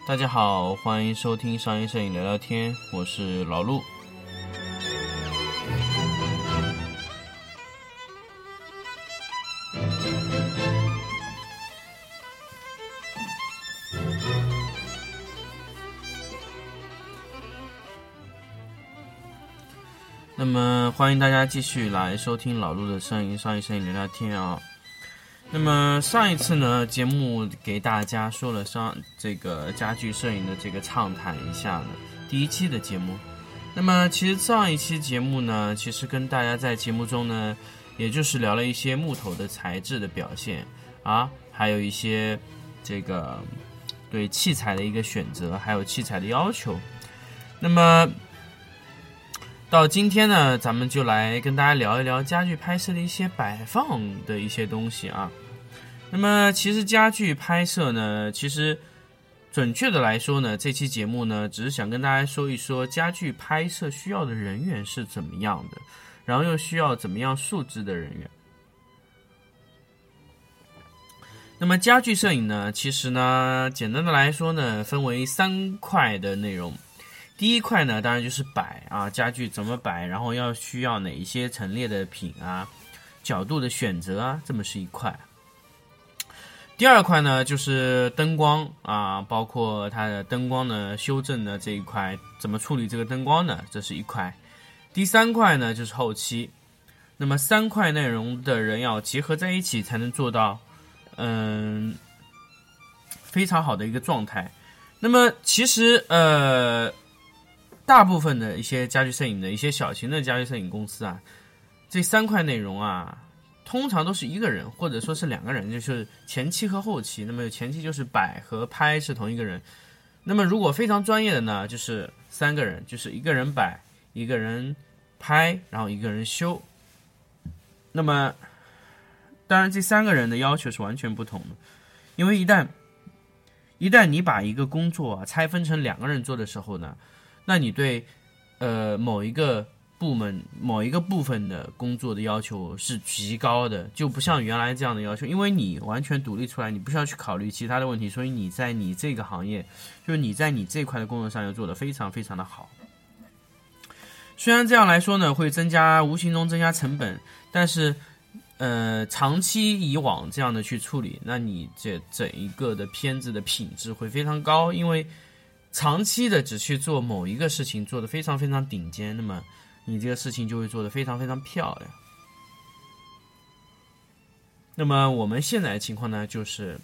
大家好，欢迎收听商业摄影聊聊天，我是老陆。那么欢迎大家继续来收听老陆的商业摄影聊聊天啊。那么上一次呢，节目给大家说了这个家具摄影的这个畅谈一下呢，第一期的节目。那么其实上一期节目呢，其实跟大家在节目中呢，也就是聊了一些木头的材质的表现啊，还有一些这个对器材的一个选择，还有器材的要求。那么到今天呢，咱们就来跟大家聊一聊家具拍摄的一些摆放的一些东西啊。那么其实家具拍摄呢，其实准确的来说呢，这期节目呢，只是想跟大家说一说家具拍摄需要的人员是怎么样的，然后又需要怎么样素质的人员。那么家具摄影呢，其实呢，简单的来说呢，分为3块的内容。第一块呢，当然就是摆啊，家具怎么摆，然后需要哪一些陈列的品啊，角度的选择啊，这么是一块。第二块呢，就是灯光啊，包括它的灯光呢修正的这一块，怎么处理这个灯光呢，这是一块。第3块呢，就是后期。那么3块内容的人要结合在一起，才能做到非常好的一个状态。那么其实大部分的一些家具摄影的一些小型的家具摄影公司啊，这3块内容啊，通常都是一个人或者说是2个人，就是前期和后期。那么前期就是摆和拍是同一个人，那么如果非常专业的呢，就是3个人，就是1个人摆，1个人拍，然后1个人修。那么当然这3个人的要求是完全不同的，因为一旦你把一个工作拆分成2个人做的时候呢，那你对某一个部分的工作的要求是极高的，就不像原来这样的要求，因为你完全独立出来，你不需要去考虑其他的问题，所以你在你这个行业，就是你在你这块的工作上要做得非常非常的好。虽然这样来说呢，会无形中增加成本，但是长期以往这样的去处理，那你这整一个的片子的品质会非常高，因为长期的只去做某一个事情，做得非常非常顶尖，那么你这个事情就会做得非常非常漂亮。那么我们现在的情况呢，就是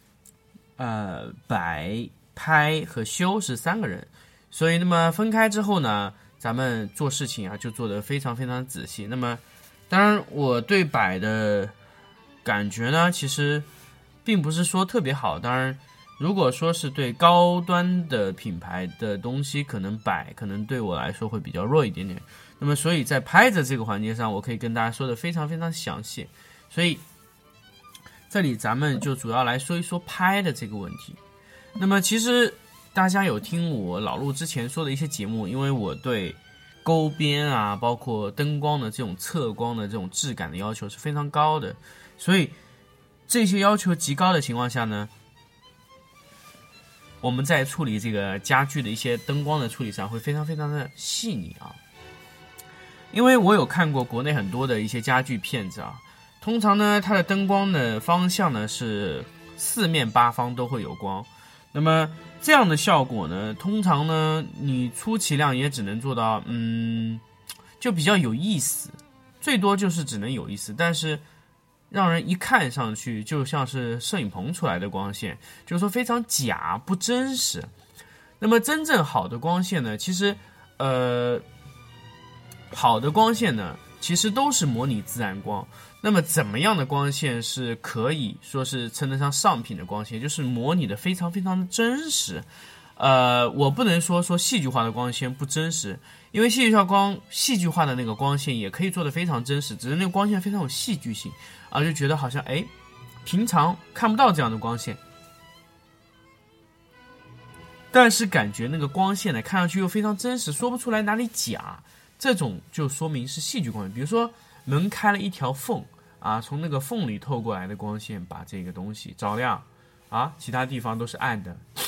摆、拍和修是3个人，所以那么分开之后呢，咱们做事情啊就做得非常非常仔细。那么当然我对摆的感觉呢，其实并不是说特别好，当然如果说是对高端的品牌的东西，可能对我来说会比较弱一点点。那么所以在拍的这个环节上，我可以跟大家说的非常非常详细。所以这里咱们就主要来说一说拍的这个问题。那么其实大家有听我老陆之前说的一些节目，因为我对勾边啊，包括灯光的这种侧光的这种质感的要求是非常高的，所以这些要求极高的情况下呢，我们在处理这个家具的一些灯光的处理上会非常非常的细腻啊。因为我有看过国内很多的一些家具片子啊，通常呢它的灯光的方向呢是4面8方都会有光，那么这样的效果呢，通常呢你出其量也只能做到就比较有意思，最多就是只能有意思，但是让人一看上去就像是摄影棚出来的光线，就是说非常假不真实。那么真正好的光线呢，其实好的光线呢其实都是模拟自然光。那么怎么样的光线是可以说是称得上上品的光线，就是模拟的非常非常的真实。我不能说戏剧化的光线不真实，因为戏剧化的那个光线也可以做得非常真实，只是那个光线非常有戏剧性啊，就觉得好像平常看不到这样的光线，但是感觉那个光线呢看上去又非常真实，说不出来哪里假，这种就说明是戏剧光线。比如说门开了一条缝啊，从那个缝里透过来的光线把这个东西照亮啊，其他地方都是暗的，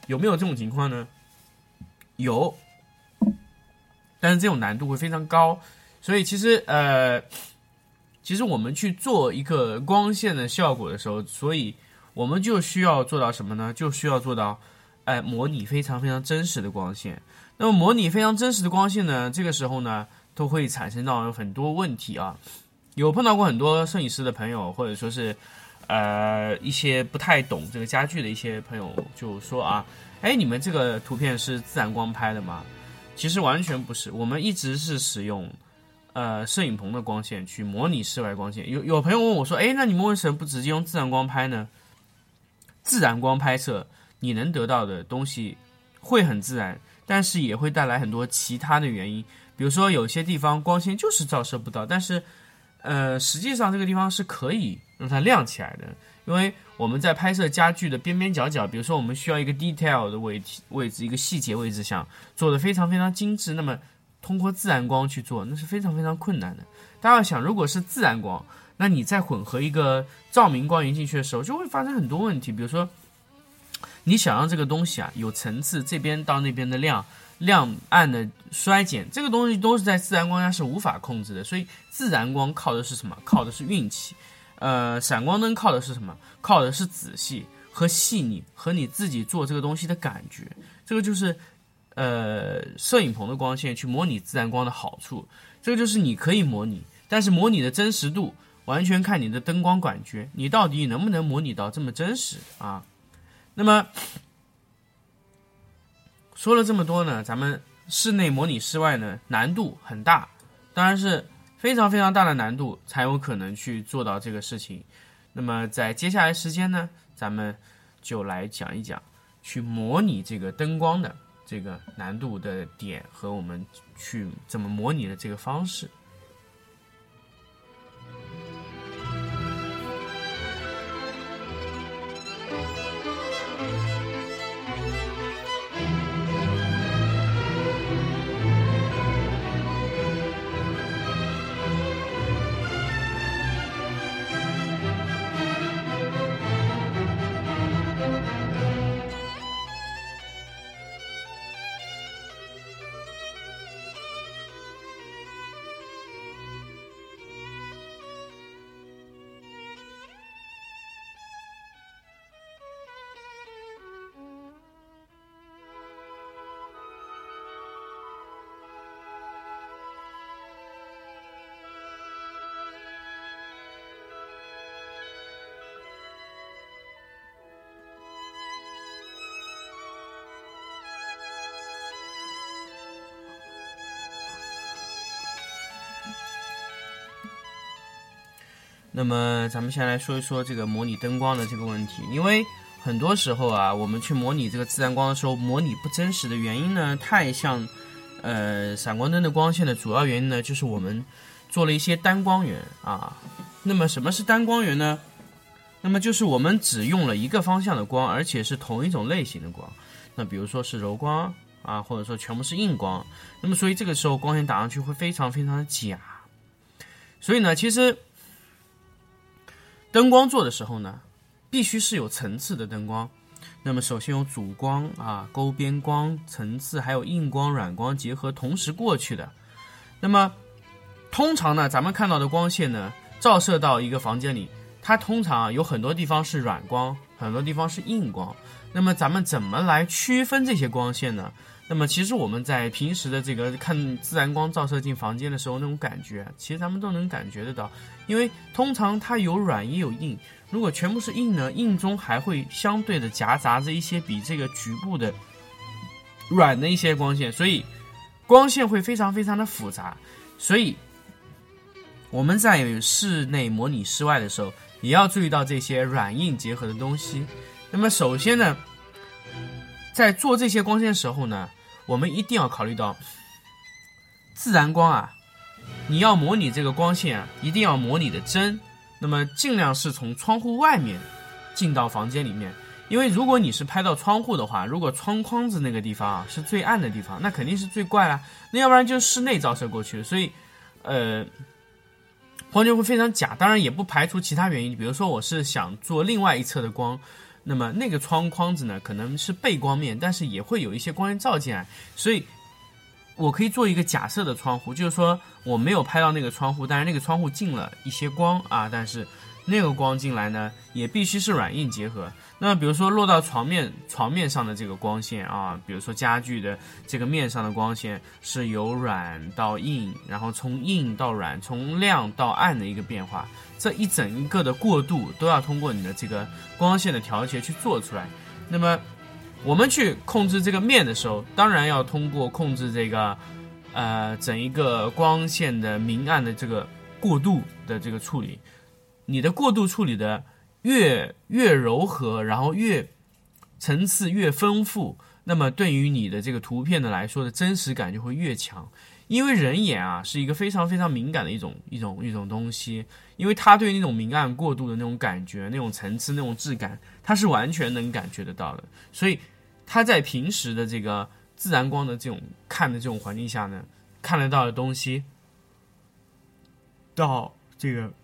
有没有这种情况呢？有，但是这种难度会非常高，所以其实我们去做一个光线的效果的时候，所以我们就需要做到什么呢？就需要做到模拟非常非常真实的光线。那么模拟非常真实的光线呢，这个时候呢都会产生到很多问题啊。有碰到过很多摄影师的朋友，或者说是一些不太懂这个家具的一些朋友就说啊，你们这个图片是自然光拍的吗？其实完全不是，我们一直是使用摄影棚的光线去模拟室外光线。有朋友问我说，那你们为什么不直接用自然光拍呢？自然光拍摄你能得到的东西会很自然，但是也会带来很多其他的原因。比如说有些地方光线就是照射不到，但是实际上这个地方是可以让它亮起来的，因为我们在拍摄家具的边边角角，比如说我们需要一个 detail 的位置，一个细节位置想做得非常非常精致，那么通过自然光去做，那是非常非常困难的。大家要想，如果是自然光，那你再混合一个照明光源进去的时候，就会发生很多问题。比如说你想让这个东西啊有层次，这边到那边的亮暗的衰减，这个东西都是在自然光下是无法控制的。所以自然光靠的是什么？靠的是运气。闪光灯靠的是什么？靠的是仔细和细腻和你自己做这个东西的感觉。这个就是摄影棚的光线去模拟自然光的好处。这个就是你可以模拟，但是模拟的真实度完全看你的灯光感觉，你到底能不能模拟到这么真实啊？那么说了这么多呢，咱们室内模拟室外呢难度很大，当然是非常非常大的难度才有可能去做到这个事情。那么在接下来时间呢，咱们就来讲一讲去模拟这个灯光的这个难度的点和我们去怎么模拟的这个方式。那么咱们先来说一说这个模拟灯光的这个问题。因为很多时候啊，我们去模拟这个自然光的时候，模拟不真实的原因呢，太像闪光灯的光线的主要原因呢，就是我们做了一些单光源啊。那么什么是单光源呢？那么就是我们只用了一个方向的光，而且是同一种类型的光。那比如说是柔光啊，或者说全部是硬光。那么所以这个时候光线打上去会非常非常的假。所以呢，其实灯光做的时候呢，必须是有层次的灯光。那么首先有主光啊、勾边光、层次，还有硬光、软光结合同时过去的。那么通常呢，咱们看到的光线呢，照射到一个房间里，它通常有很多地方是软光，很多地方是硬光。那么咱们怎么来区分这些光线呢？那么其实我们在平时的这个看自然光照射进房间的时候，那种感觉其实咱们都能感觉得到。因为通常它有软也有硬，如果全部是硬呢，硬中还会相对的夹杂着一些比这个局部的软的一些光线，所以光线会非常非常的复杂。所以我们在室内模拟室外的时候，也要注意到这些软硬结合的东西。那么首先呢，在做这些光线的时候呢，我们一定要考虑到自然光啊，你要模拟这个光线啊，一定要模拟的真。那么尽量是从窗户外面进到房间里面，因为如果你是拍到窗户的话，如果窗框子那个地方啊是最暗的地方，那肯定是最怪啦。那要不然就是室内照射过去的，所以光线会非常假。当然也不排除其他原因，比如说我是想做另外一侧的光， 那么那个窗框子呢可能是背光面，但是也会有一些光线照进来，所以我可以做一个假设的窗户，就是说我没有拍到那个窗户，但是那个窗户进了一些光啊，但是那个光进来呢也必须是软硬结合。那么比如说落到床面上的这个光线啊，比如说家具的这个面上的光线是由软到硬，然后从硬到软，从亮到暗的一个变化，这一整个的过渡都要通过你的这个光线的调节去做出来。那么我们去控制这个面的时候，当然要通过控制这个整一个光线的明暗的这个过渡的这个处理。你的过渡处理的越柔和，然后越层次越丰富，那么对于你的这个图片的来说的真实感就会越强。因为人眼啊是一个非常非常敏感的一种东西，因为它对那种明暗过渡的那种感觉、那种层次、那种质感，它是完全能感觉得到的。所以它在平时的这个自然光的这种看的这种环境下呢，看得到的东西到这个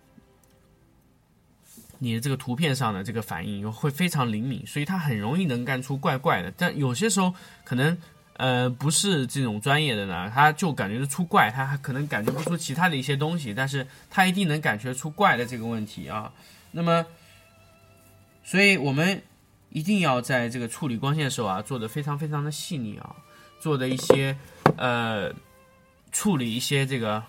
你的这个图片上的这个反应会非常灵敏，所以它很容易能干出怪怪的。但有些时候可能不是这种专业的呢，他就感觉出怪，他可能感觉不出其他的一些东西，但是他一定能感觉出怪的这个问题啊。那么所以我们一定要在这个处理光线的时候啊，做得非常非常的细腻啊，做的一些处理一些这个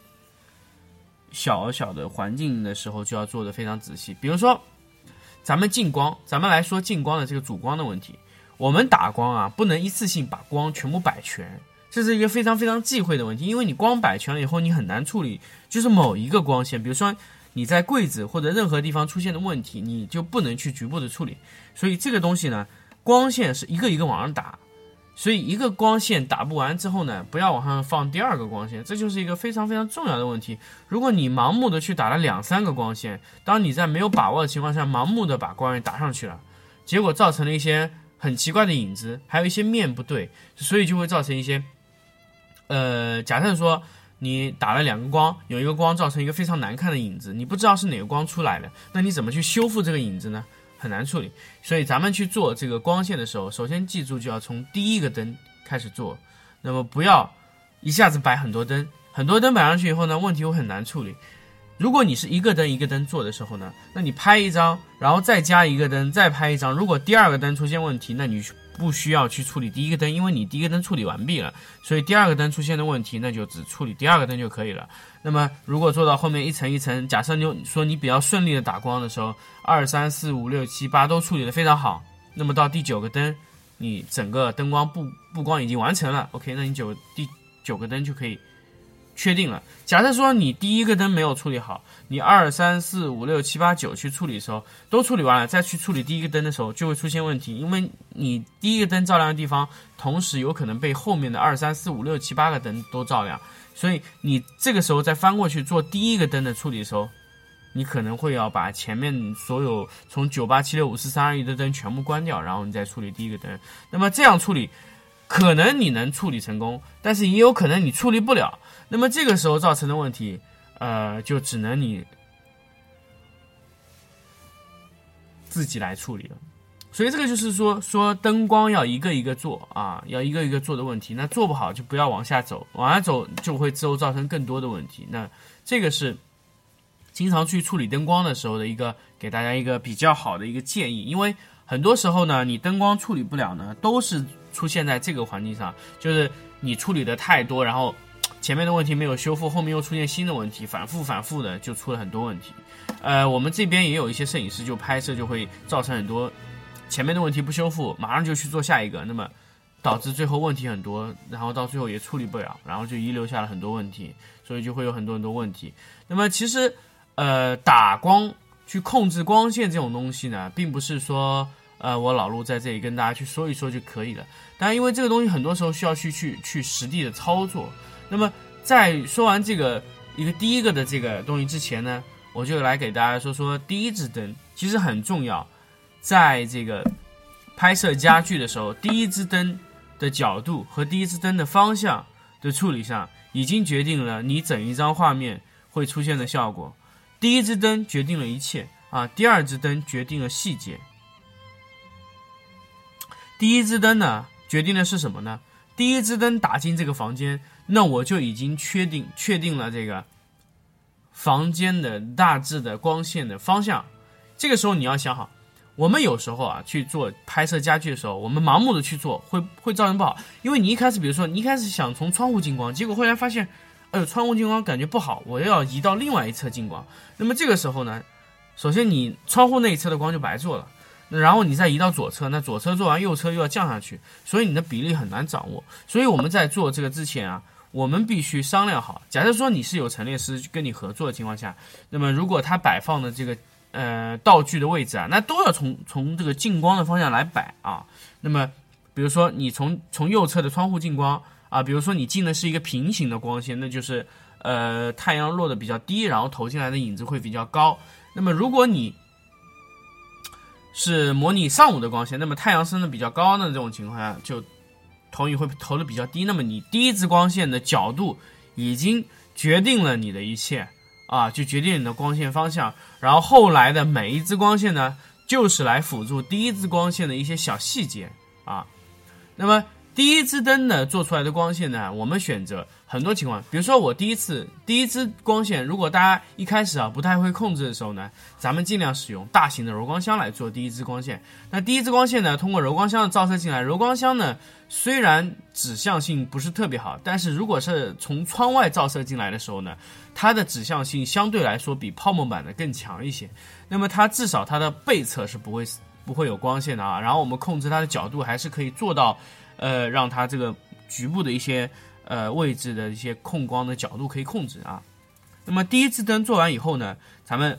小小的环境的时候就要做得非常仔细。比如说咱们进光，咱们来说进光的这个主光的问题，我们打光啊不能一次性把光全部摆全，这是一个非常非常忌讳的问题。因为你光摆全了以后你很难处理，就是某一个光线，比如说你在柜子或者任何地方出现的问题，你就不能去局部的处理。所以这个东西呢，光线是一个一个往上打，所以一个光线打不完之后呢，不要往上放第二个光线，这就是一个非常非常重要的问题。如果你盲目的去打了2-3个光线，当你在没有把握的情况下盲目的把光线打上去了，结果造成了一些很奇怪的影子，还有一些面不对，所以就会造成一些假设说你打了2个光，有一个光造成一个非常难看的影子，你不知道是哪个光出来的，那你怎么去修复这个影子呢？很难处理。所以咱们去做这个光线的时候，首先记住就要从第一个灯开始做，那么不要一下子摆很多灯，很多灯摆上去以后呢，问题会很难处理。如果你是一个灯一个灯做的时候呢，那你拍一张，然后再加一个灯，再拍一张，如果第二个灯出现问题，那你不需要去处理第一个灯，因为你第一个灯处理完毕了，所以第二个灯出现的问题，那就只处理第二个灯就可以了。那么如果做到后面一层一层，假设你说你比较顺利的打光的时候，2、3、4、5、6、7、8都处理得非常好，那么到第9个灯，你整个灯光布光已经完成了 OK， 那你第9个灯就可以确定了。假设说你第一个灯没有处理好，你2、3、4、5、6、7、8、9去处理的时候都处理完了，再去处理第一个灯的时候就会出现问题，因为你第一个灯照亮的地方同时有可能被后面的2、3、4、5、6、7、8个灯都照亮，所以你这个时候再翻过去做第一个灯的处理的时候，你可能会要把前面所有从98765432的灯全部关掉，然后你再处理第一个灯。那么这样处理可能你能处理成功，但是也有可能你处理不了，那么这个时候造成的问题就只能你自己来处理了。所以这个就是说灯光要一个一个做啊，要一个一个做的问题，那做不好就不要往下走，往下走就会之后造成更多的问题。那这个是经常去处理灯光的时候的给大家一个比较好的一个建议。因为很多时候呢，你灯光处理不了呢，都是出现在这个环境上，就是你处理的太多，然后前面的问题没有修复，后面又出现新的问题，反复的就出了很多问题。我们这边也有一些摄影师就拍摄就会造成很多前面的问题不修复，马上就去做下一个，那么导致最后问题很多，然后到最后也处理不了，然后就遗留下了很多问题，所以就会有很多很多问题。那么其实打光去控制光线这种东西呢，并不是说我老陆在这里跟大家去说一说就可以了。当然因为这个东西很多时候需要去实地的操作。那么在说完这个第一个的这个东西之前呢，我就来给大家说第一支灯其实很重要。在这个拍摄家具的时候，第一支灯的角度和第一支灯的方向的处理上，已经决定了你整一张画面会出现的效果。第一支灯决定了一切啊，第二支灯决定了细节。 第一支灯呢决定的是什么呢？第一支灯打进这个房间，那我就已经确定了这个房间的大致的光线的方向。这个时候你要想好，我们有时候啊去做拍摄家具的时候，我们盲目的去做会造成不好，因为你一开始比如说你一开始想从窗户进光，结果后来发现窗户进光感觉不好，我要移到另外一侧进光。那么这个时候呢，首先你窗户那一侧的光就白做了，然后你再移到左侧，那左侧做完右侧又要降下去，所以你的比例很难掌握。所以我们在做这个之前啊，我们必须商量好。假设说你是有陈列师跟你合作的情况下，那么如果他摆放的这个道具的位置啊，那都要从这个进光的方向来摆啊。那么比如说你从右侧的窗户进光啊，比如说你进的是一个平行的光线，那就是太阳落的比较低，然后投进来的影子会比较高。那么如果你是模拟上午的光线，那么太阳升的比较高的这种情况下，就投影会投的比较低，那么你第一支光线的角度已经决定了你的一切啊，就决定你的光线方向。然后后来的每一支光线呢，就是来辅助第一支光线的一些小细节啊。那么第一支灯呢做出来的光线呢，我们选择很多情况，比如说我第一支光线，如果大家一开始啊不太会控制的时候呢，咱们尽量使用大型的柔光箱来做第一支光线。那第一支光线呢，通过柔光箱的照射进来，柔光箱呢虽然指向性不是特别好，但是如果是从窗外照射进来的时候呢，它的指向性相对来说比泡沫板的更强一些。那么它至少它的背侧是不会有光线的啊。然后我们控制它的角度还是可以做到让它这个局部的一些位置的一些控光的角度可以控制啊。那么第一支灯做完以后呢，咱们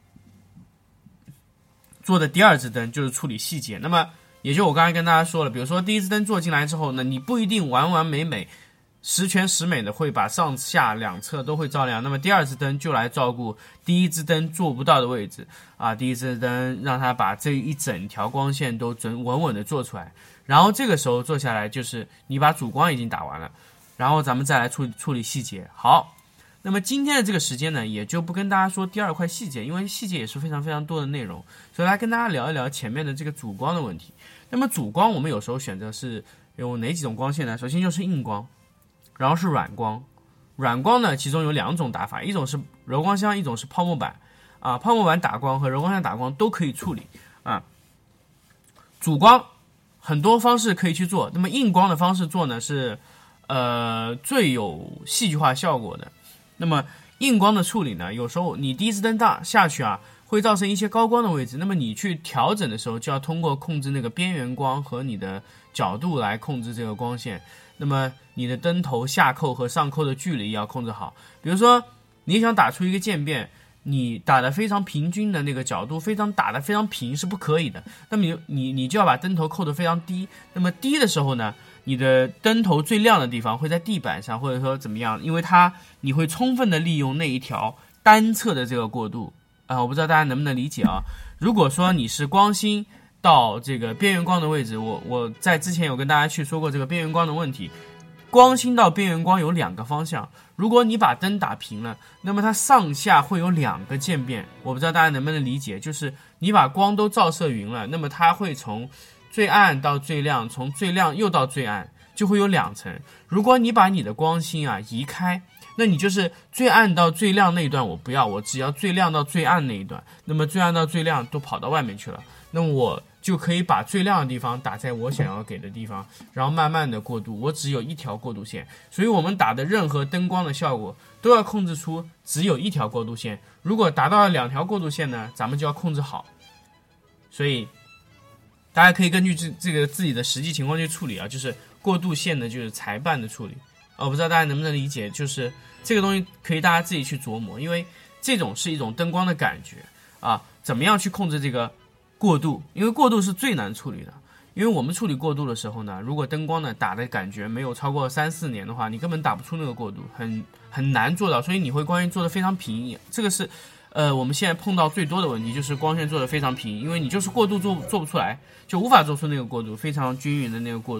做的第二支灯就是处理细节。那么也就我刚才跟大家说了，比如说第一支灯做进来之后呢，你不一定完完美美十全十美的会把上下两侧都会照亮，那么第二支灯就来照顾第一支灯做不到的位置啊。第一支灯让它把这一整条光线都稳稳的做出来，然后这个时候做下来就是你把主光已经打完了，然后咱们再来处理细节。好，那么今天的这个时间呢，也就不跟大家说第二块细节，因为细节也是非常非常多的内容，所以来跟大家聊一聊前面的这个主光的问题。那么主光我们有时候选择是有哪几种光线呢？首先就是硬光，然后是软光。软光呢，其中有两种打法，一种是柔光箱，一种是泡沫板啊。泡沫板打光和柔光箱打光都可以处理啊。主光很多方式可以去做，那么硬光的方式做呢是最有戏剧化效果的。那么硬光的处理呢，有时候你第一支灯下去啊，会造成一些高光的位置，那么你去调整的时候就要通过控制那个边缘光和你的角度来控制这个光线。那么你的灯头下扣和上扣的距离要控制好，比如说你想打出一个渐变，你打得非常平均的那个角度打得非常平是不可以的，那么你就要把灯头扣得非常低。那么低的时候呢，你的灯头最亮的地方会在地板上，或者说怎么样，因为你会充分的利用那一条单侧的这个过渡我不知道大家能不能理解啊。如果说你是光芯到这个边缘光的位置，我在之前有跟大家去说过这个边缘光的问题。光芯到边缘光有两个方向，如果你把灯打平了，那么它上下会有两个渐变，我不知道大家能不能理解，就是你把光都照射匀了，那么它会从最暗到最亮，从最亮又到最暗，就会有两层。如果你把你的光芯移开，那你就是最暗到最亮那一段我不要，我只要最亮到最暗那一段，那么最暗到最亮都跑到外面去了，那么我就可以把最亮的地方打在我想要给的地方，然后慢慢的过渡，我只有一条过渡线。所以我们打的任何灯光的效果都要控制出只有一条过渡线，如果达到了两条过渡线呢，咱们就要控制好。所以大家可以根据这个自己的实际情况去处理啊，就是过渡线的就是裁半的处理我不知道大家能不能理解，就是这个东西可以大家自己去琢磨，因为这种是一种灯光的感觉怎么样去控制这个过渡，因为过渡是最难处理的。因为我们处理过渡的时候呢，如果灯光呢打的感觉没有超过3-4年的话，你根本打不出那个过渡，很难做到，所以你会光线做得非常平。这个是我们现在碰到最多的问题，就是光线做得非常平，因为你就是过渡做不出来，就无法做出那个过渡非常均匀的那个过渡。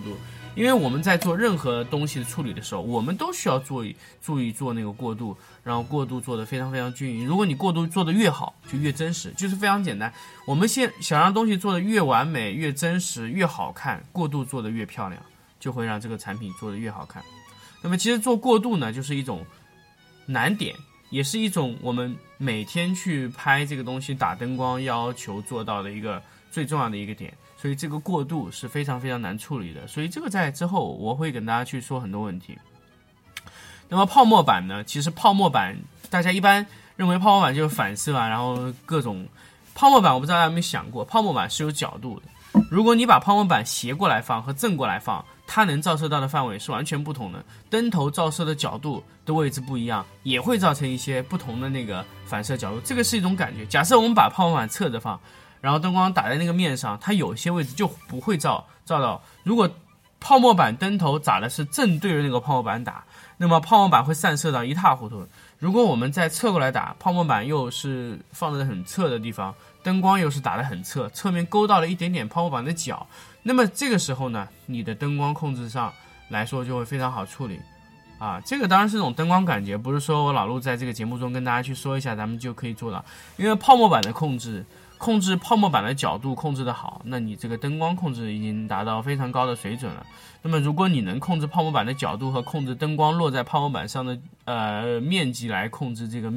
因为我们在做任何东西的处理的时候，我们都需要注意做那个过渡，然后过渡做得非常非常均匀。如果你过渡做得越好，就越真实，就是非常简单。我们想让东西做得越完美、越真实、越好看，过渡做得越漂亮，就会让这个产品做得越好看。那么其实做过渡呢，就是一种难点，也是一种我们每天去拍这个东西打灯光要求做到的一个最重要的一个点。所以这个过渡是非常非常难处理的，所以这个在之后我会跟大家去说很多问题。那么泡沫板呢，其实泡沫板大家一般认为泡沫板就是反射啊，然后各种泡沫板我不知道大家有没有想过，泡沫板是有角度的，如果你把泡沫板斜过来放和正过来放，它能照射到的范围是完全不同的，灯头照射的角度的位置不一样，也会造成一些不同的那个反射角度，这个是一种感觉。假设我们把泡沫板侧着放，然后灯光打在那个面上，它有些位置就不会照到。如果泡沫板灯头打的是正对着那个泡沫板打，那么泡沫板会散射到一塌糊涂。如果我们再侧过来打，泡沫板又是放在很侧的地方，灯光又是打得很侧，侧面勾到了一点点泡沫板的角，那么这个时候呢，你的灯光控制上来说就会非常好处理啊。这个当然是这种灯光感觉，不是说我老陆在这个节目中跟大家去说一下咱们就可以做到，因为泡沫板的控制泡沫板的角度控制的好，那你这个灯光控制已经达到非常高的水准了。那么如果你能控制泡沫板的角度和控制灯光落在泡沫板上的面积来控制这个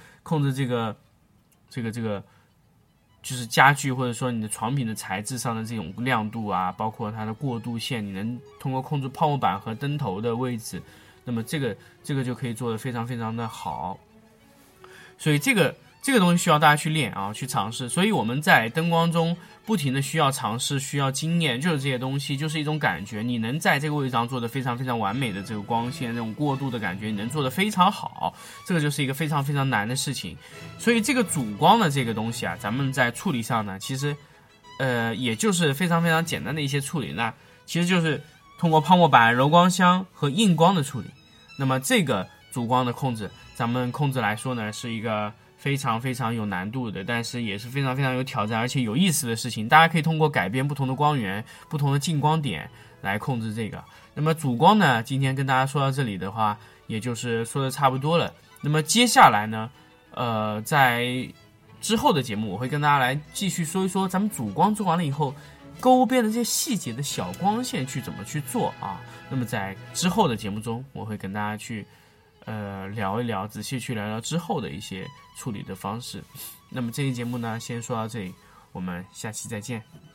就是家具或者说你的床品的材质上的这种亮度啊，包括它的过渡线，你能通过控制泡沫板和灯头的位置，那么这个就可以做得非常非常的好。所以这个东西需要大家去练啊，去尝试。所以我们在灯光中不停的需要尝试，需要经验，就是这些东西，就是一种感觉。你能在这个位置上做得非常非常完美的这个光线，这种过渡的感觉，你能做得非常好，这个就是一个非常非常难的事情。所以这个主光的这个东西啊，咱们在处理上呢，其实也就是非常非常简单的一些处理，那其实就是通过泡沫板、柔光箱和硬光的处理。那么这个主光的控制，咱们控制来说呢，是一个非常非常有难度的，但是也是非常非常有挑战而且有意思的事情。大家可以通过改变不同的光源、不同的进光点来控制这个。那么主光呢，今天跟大家说到这里的话，也就是说的差不多了。那么接下来呢，在之后的节目我会跟大家来继续说一说咱们主光做完了以后，勾边的这些细节的小光线去怎么去做啊。那么在之后的节目中，我会跟大家去聊一聊，仔细去聊聊之后的一些处理的方式。那么这期节目呢，先说到这里，我们下期再见。